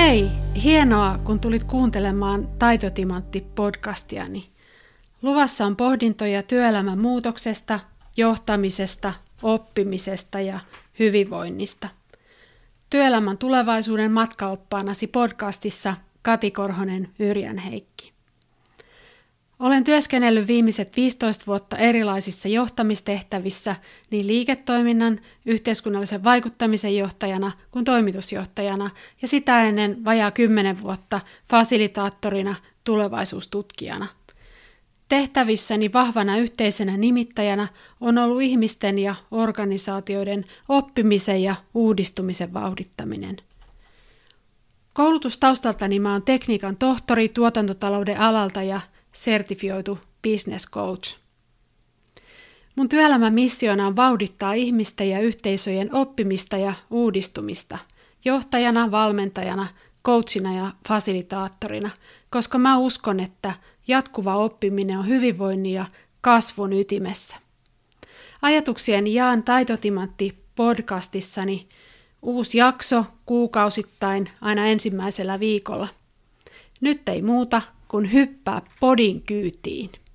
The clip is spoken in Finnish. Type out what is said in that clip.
Hei, hienoa kun tulit kuuntelemaan Taitotimantti-podcastiani. Luvassa on pohdintoja työelämän muutoksesta, johtamisesta, oppimisesta ja hyvinvoinnista. Työelämän tulevaisuuden matkaoppaanasi podcastissa Kati Korhonen-Yrjän Heikki. Olen työskennellyt viimeiset 15 vuotta erilaisissa johtamistehtävissä niin liiketoiminnan, yhteiskunnallisen vaikuttamisen johtajana kuin toimitusjohtajana ja sitä ennen vajaa 10 vuotta fasilitaattorina, tulevaisuustutkijana. Tehtävissäni vahvana yhteisenä nimittäjänä on ollut ihmisten ja organisaatioiden oppimisen ja uudistumisen vauhdittaminen. Koulutustaustaltani mä oon tekniikan tohtori tuotantotalouden alalta ja sertifioitu business coach. Mun työelämän missiona on vauhdittaa ihmisten ja yhteisöjen oppimista ja uudistumista, johtajana, valmentajana, coachina ja fasilitaattorina, koska mä uskon, että jatkuva oppiminen on hyvinvoinnin ja kasvun ytimessä. Ajatuksieni jaan Taitotimantti-podcastissani, uusi jakso kuukausittain aina ensimmäisellä viikolla. Nyt ei muuta kuin hyppää podin kyytiin.